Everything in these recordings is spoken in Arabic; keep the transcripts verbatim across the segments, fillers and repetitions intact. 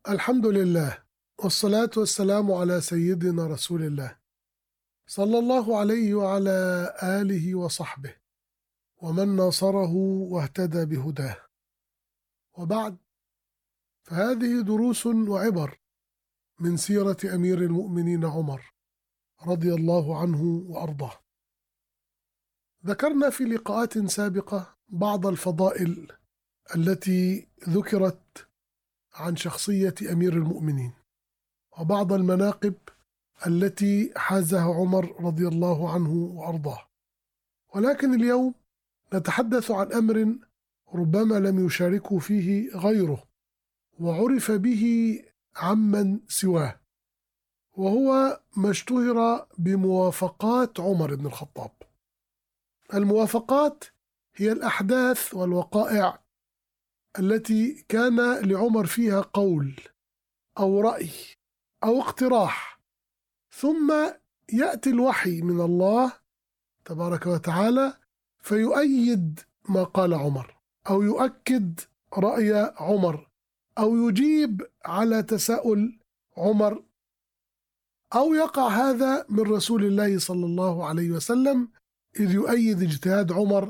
الحمد لله، والصلاة والسلام على سيدنا رسول الله صلى الله عليه وعلى آله وصحبه ومن ناصره واهتدى بهداه. وبعد، فهذه دروس وعبر من سيرة أمير المؤمنين عمر رضي الله عنه وأرضاه. ذكرنا في لقاءات سابقة بعض الفضائل التي ذكرت عن شخصية أمير المؤمنين، وبعض المناقب التي حازها عمر رضي الله عنه وأرضاه. ولكن اليوم نتحدث عن أمر ربما لم يشاركه فيه غيره وعرف به عمن سواه، وهو ما اشتهر بموافقات عمر بن الخطاب. الموافقات هي الأحداث والوقائع التي كان لعمر فيها قول أو رأي أو اقتراح، ثم يأتي الوحي من الله تبارك وتعالى فيؤيد ما قال عمر، أو يؤكد رأي عمر، أو يجيب على تساؤل عمر، أو يقع هذا من رسول الله صلى الله عليه وسلم إذ يؤيد اجتهاد عمر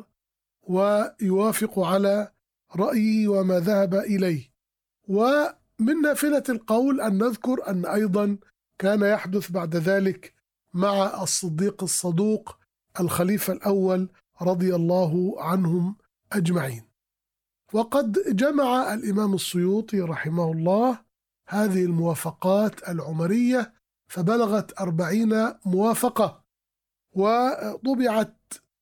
ويوافق على رأيه وما ذهب إليه. ومن نافلة القول أن نذكر أن أيضا كان يحدث بعد ذلك مع الصديق الصدوق الخليفة الأول رضي الله عنهم أجمعين. وقد جمع الإمام السيوطي رحمه الله هذه الموافقات العمرية فبلغت أربعين موافقة، وطبعت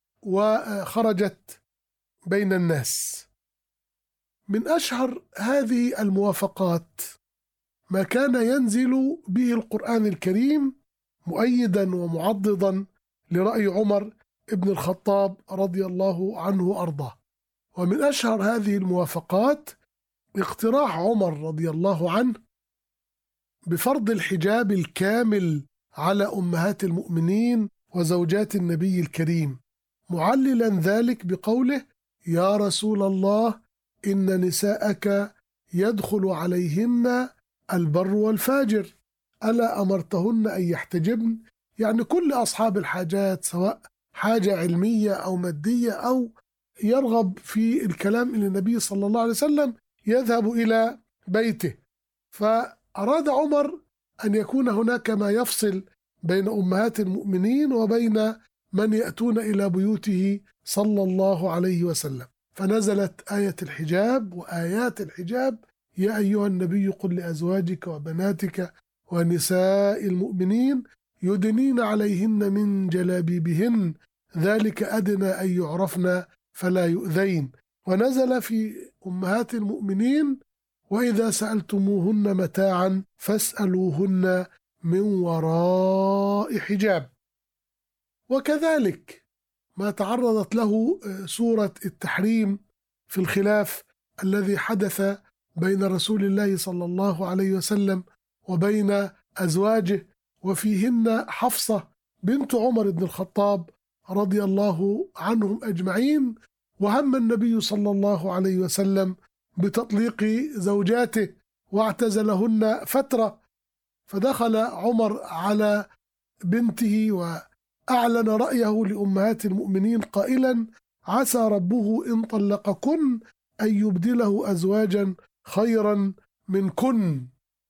وخرجت بين الناس. من أشهر هذه الموافقات ما كان ينزل به القرآن الكريم مؤيدا ومعضدا لرأي عمر ابن الخطاب رضي الله عنه وأرضاه. ومن أشهر هذه الموافقات اقتراح عمر رضي الله عنه بفرض الحجاب الكامل على أمهات المؤمنين وزوجات النبي الكريم، معللا ذلك بقوله: يا رسول الله، إن نساءك يدخل عليهن البر والفاجر، ألا أمرتهن أن يحتجبن؟ يعني كل أصحاب الحاجات، سواء حاجة علمية أو مادية أو يرغب في الكلام إلى النبي صلى الله عليه وسلم، يذهب إلى بيته. فأراد عمر أن يكون هناك ما يفصل بين أمهات المؤمنين وبين من يأتون إلى بيوته صلى الله عليه وسلم، فنزلت آية الحجاب وآيات الحجاب: يا أيها النبي قل لأزواجك وبناتك ونساء المؤمنين يدنين عليهن من جلابيبهن ذلك أدنى أن يعرفن فلا يؤذين. ونزل في أمهات المؤمنين: وإذا سألتموهن متاعا فاسألوهن من وراء حجاب. وكذلك ما تعرضت له سورة التحريم في الخلاف الذي حدث بين رسول الله صلى الله عليه وسلم وبين أزواجه، وفيهن حفصة بنت عمر بن الخطاب رضي الله عنهم أجمعين. وهم النبي صلى الله عليه وسلم بتطليق زوجاته واعتزلهن فترة، فدخل عمر على بنته وأعلن رأيه لأمهات المؤمنين قائلا: عسى ربه إن طلقكن أن يبدله أزواجا خيرا منكن.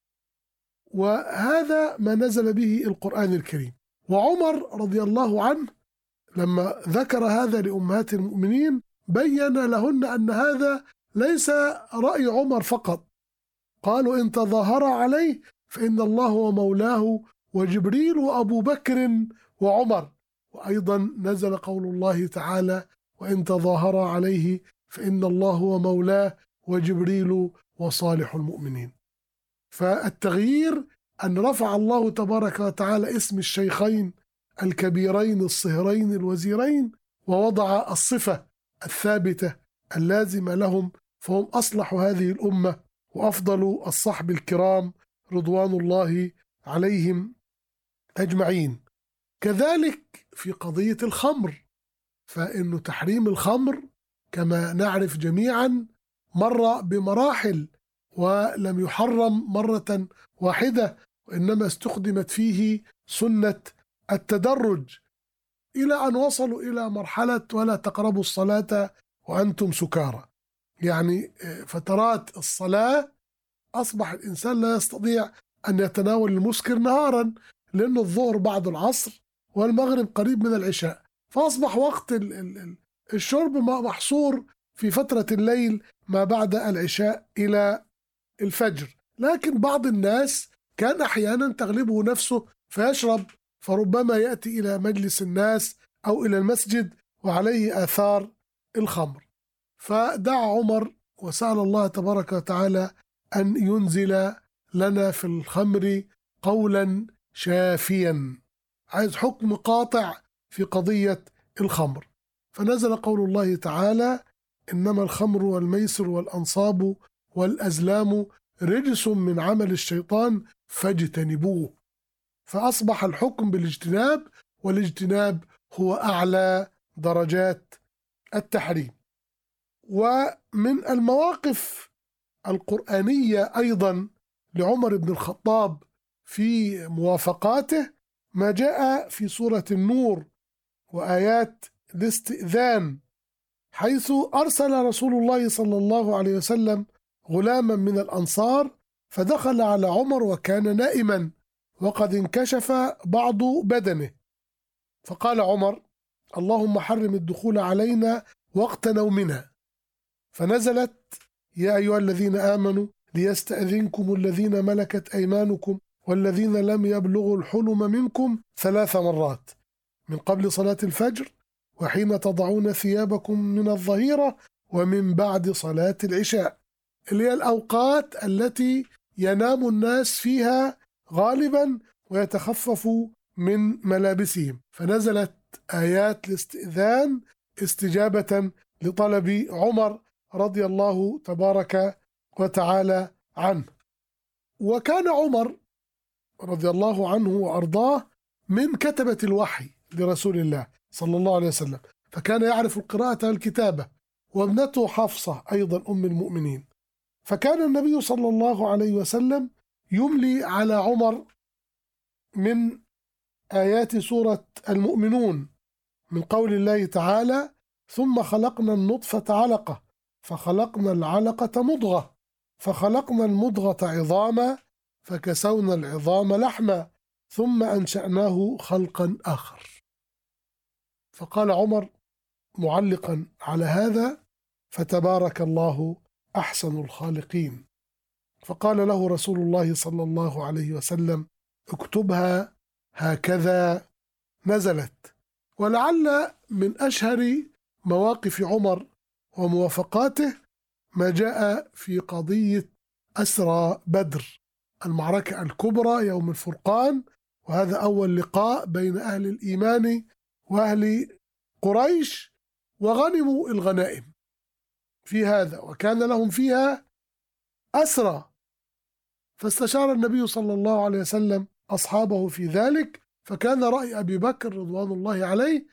وهذا ما نزل به القرآن الكريم. وعمر رضي الله عنه لما ذكر هذا لأمهات المؤمنين بين لهن أن هذا ليس رأي عمر فقط. قالوا: إن تظاهر عليه فإن الله هو مولاه وجبريل وأبو بكر وعمر. وأيضا نزل قول الله تعالى: وإن تظاهر عليه فإن الله هو مولاه وجبريل وصالح المؤمنين. فالتغيير أن رفع الله تبارك وتعالى اسم الشيخين الكبيرين الصهرين الوزيرين، ووضع الصفة الثابتة اللازمة لهم، فهم أصلح هذه الأمة وأفضل الصحب الكرام رضوان الله عليهم أجمعين. كذلك في قضية الخمر، فإن تحريم الخمر كما نعرف جميعا مر بمراحل ولم يحرم مرة واحدة، وإنما استخدمت فيه سنة التدرج إلى أن وصلوا إلى مرحلة ولا تقربوا الصلاة وأنتم سكارى. يعني فترات الصلاة أصبح الإنسان لا يستطيع أن يتناول المسكر نهارا، لأن الظهر بعد العصر والمغرب قريب من العشاء، فأصبح وقت الشرب محصور في فترة الليل ما بعد العشاء إلى الفجر. لكن بعض الناس كان أحيانا تغلبه نفسه فيشرب، فربما يأتي إلى مجلس الناس أو إلى المسجد وعليه آثار الخمر، فدعا عمر وسأل الله تبارك وتعالى أن ينزل لنا في الخمر قولا شافيا، عايز حكم قاطع في قضية الخمر. فنزل قول الله تعالى: إنما الخمر والميسر والأنصاب والأزلام رجس من عمل الشيطان فاجتنبوه. فأصبح الحكم بالاجتناب، والاجتناب هو أعلى درجات التحريم. ومن المواقف القرآنية أيضا لعمر بن الخطاب في موافقاته ما جاء في سورة النور وآيات الاستئذان، حيث أرسل رسول الله صلى الله عليه وسلم غلاما من الأنصار فدخل على عمر وكان نائما وقد انكشف بعض بدنه، فقال عمر: اللهم حرم الدخول علينا وقت نومنا. فنزلت: يا أيها الذين آمنوا ليستأذنكم الذين ملكت أيمانكم والذين لم يبلغوا الحلم منكم ثلاث مرات من قبل صلاة الفجر وحين تضعون ثيابكم من الظهيرة ومن بعد صلاة العشاء، اللي هي الأوقات التي ينام الناس فيها غالبا ويتخففوا من ملابسهم. فنزلت آيات الاستئذان استجابة لطلب عمر رضي الله تبارك وتعالى عنه. وكان عمر رضي الله عنه وأرضاه من كتبة الوحي لرسول الله صلى الله عليه وسلم، فكان يعرف القراءة والكتابة، وابنته حفصة أيضا أم المؤمنين. فكان النبي صلى الله عليه وسلم يملي على عمر من آيات سورة المؤمنون من قول الله تعالى: ثم خلقنا النطفة علقة فخلقنا العلقة مضغة فخلقنا المضغة عظاما فكسونا العظام لحما ثم أنشأناه خلقا آخر. فقال عمر معلقا على هذا: فتبارك الله أحسن الخالقين. فقال له رسول الله صلى الله عليه وسلم: اكتبها هكذا نزلت. ولعل من أشهر مواقف عمر وموافقاته ما جاء في قضية أسرى بدر، المعركة الكبرى يوم الفرقان، وهذا أول لقاء بين أهل الإيمان وأهل قريش، وغنموا الغنائم في هذا وكان لهم فيها أسرى. فاستشار النبي صلى الله عليه وسلم أصحابه في ذلك، فكان رأي أبي بكر رضوان الله عليه: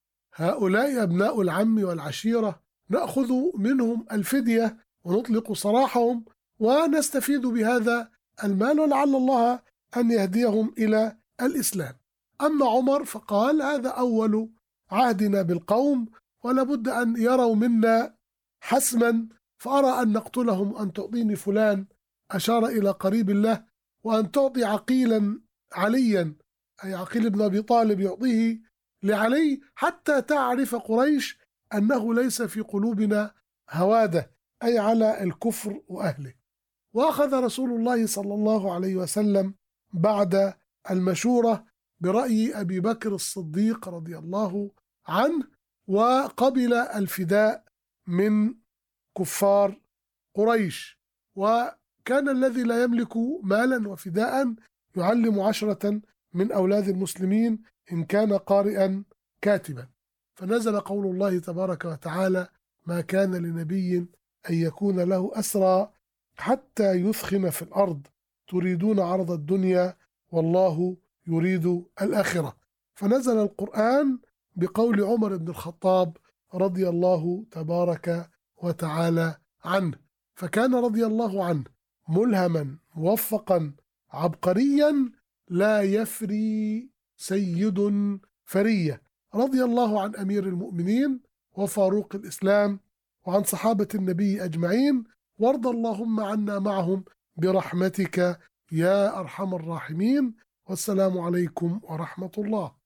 هؤلاء أبناء العم والعشيرة، نأخذ منهم الفدية ونطلق سراحهم ونستفيد بهذا المال ولعل الله أن يهديهم إلى الإسلام. أما عمر فقال: هذا أول عهدنا بالقوم ولا بد أن يروا منا حسما، فأرى أن نقتلهم أن تعطيني فلان، أشار إلى قريب الله، وأن تعطي عقيلا عليا، أي عقيل بن أبي طالب يعطيه لعلي، حتى تعرف قريش أنه ليس في قلوبنا هوادة، أي على الكفر وأهله. وأخذ رسول الله صلى الله عليه وسلم بعد المشورة برأي أبي بكر الصديق رضي الله عنه، وقبل الفداء من كفار قريش. وكان الذي لا يملك مالا وفداء يعلم عشرة من أولاد المسلمين إن كان قارئا كاتبا. فنزل قول الله تبارك وتعالى: ما كان لنبي أن يكون له أسرى حتى يثخن في الأرض تريدون عرض الدنيا والله يريد الآخرة. فنزل القرآن بقول عمر بن الخطاب رضي الله تبارك وتعالى عنه. فكان رضي الله عنه ملهما موفقا عبقريا لا يفري سيد فرية. رضي الله عن أمير المؤمنين وفاروق الإسلام وعن صحابة النبي أجمعين، وارض اللهم عنا معهم برحمتك يا أرحم الراحمين. والسلام عليكم ورحمة الله.